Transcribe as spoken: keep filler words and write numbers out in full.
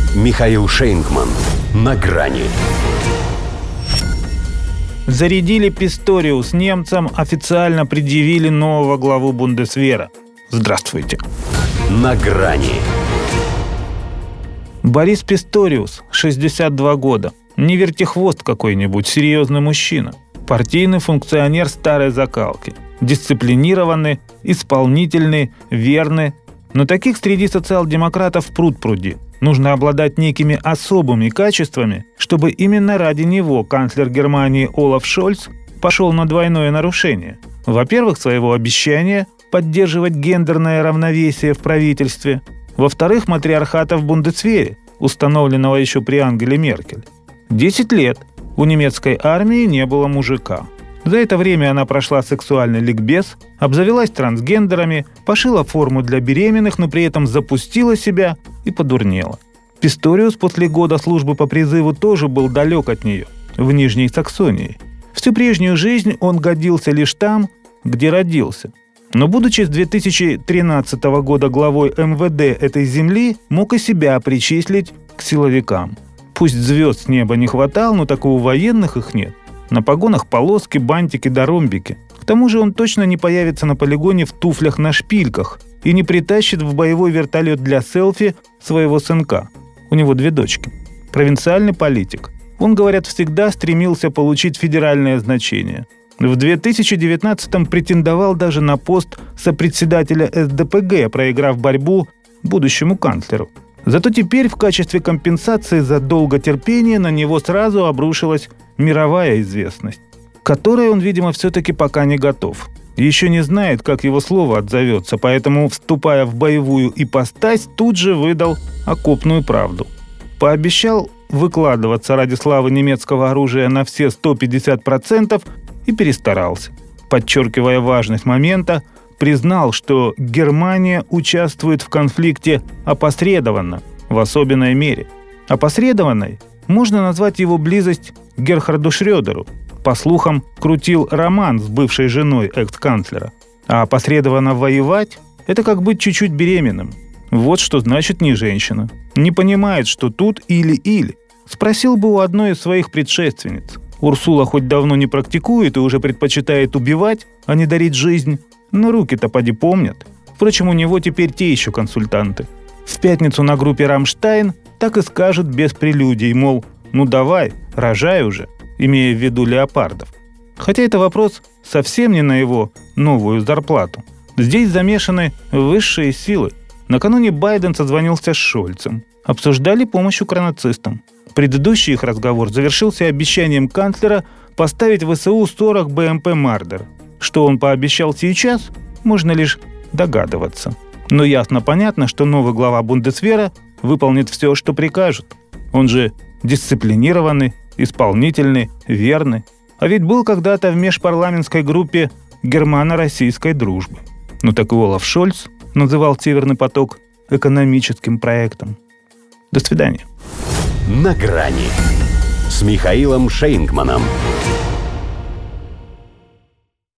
Михаил Шейнгман. На грани. Зарядили Писториус немцам, официально предъявили нового главу Бундесвера. Здравствуйте. На грани. Борис Писториус, шестьдесят два года. Не вертихвост какой-нибудь, серьезный мужчина. Партийный функционер старой закалки. Дисциплинированный, исполнительный, верный. Но таких среди социал-демократов пруд-пруди. Нужно обладать некими особыми качествами, чтобы именно ради него канцлер Германии Олаф Шольц пошел на двойное нарушение. Во-первых, своего обещания поддерживать гендерное равновесие в правительстве. Во-вторых, матриархата в Бундесвере, установленного еще при Ангеле Меркель. Десять лет у немецкой армии не было мужика. За это время она прошла сексуальный ликбез, обзавелась трансгендерами, пошила форму для беременных, но при этом запустила себя и подурнела. Писториус после года службы по призыву тоже был далек от нее, в Нижней Саксонии. Всю прежнюю жизнь он годился лишь там, где родился. Но, будучи с две тысячи тринадцатого года главой эм вэ дэ этой земли, мог и себя причислить к силовикам. Пусть звезд с неба не хватало, но так и у военных их нет. На погонах полоски, бантики да ромбики. К тому же он точно не появится на полигоне в туфлях на шпильках и не притащит в боевой вертолет для селфи своего сынка. У него две дочки. Провинциальный политик. Он, говорят, всегда стремился получить федеральное значение. В две тысячи девятнадцатом претендовал даже на пост сопредседателя эс дэ пэ гэ, проиграв борьбу будущему канцлеру. Зато теперь в качестве компенсации за долготерпение на него сразу обрушилась мировая известность, к которой он, видимо, все-таки пока не готов. Еще не знает, как его слово отзовется, поэтому, вступая в боевую ипостась, тут же выдал окопную правду. Пообещал выкладываться ради славы немецкого оружия на все сто пятьдесят процентов и перестарался. Подчеркивая важность момента, признал, что Германия участвует в конфликте опосредованно, в особенной мере. Опосредованной можно назвать его близость к Герхарду Шрёдеру. По слухам, крутил роман с бывшей женой экс-канцлера. А опосредованно воевать – это как быть чуть-чуть беременным. Вот что значит не женщина. Не понимает, что тут или-или. Спросил бы у одной из своих предшественниц. Урсула хоть давно не практикует и уже предпочитает убивать, а не дарить жизнь. Но руки-то поди помнят. Впрочем, у него теперь те еще консультанты. В пятницу на группе «Рамштайн» так и скажут без прелюдий, мол, ну давай, рожай уже, имея в виду леопардов. Хотя это вопрос совсем не на его новую зарплату. Здесь замешаны высшие силы. Накануне Байден созвонился с Шольцем. Обсуждали помощь укранацистам. Предыдущий их разговор завершился обещанием канцлера поставить в эс у сорок бэ эм пэ «Мардер». Что он пообещал сейчас, можно лишь догадываться. Но ясно-понятно, что новый глава Бундесвера выполнит все, что прикажут. Он же дисциплинированный, исполнительный, верный. А ведь был когда-то в межпарламентской группе германо-российской дружбы. Ну так и Олаф Шольц называл «Северный поток» экономическим проектом. До свидания. На грани с Михаилом Шейнгманом.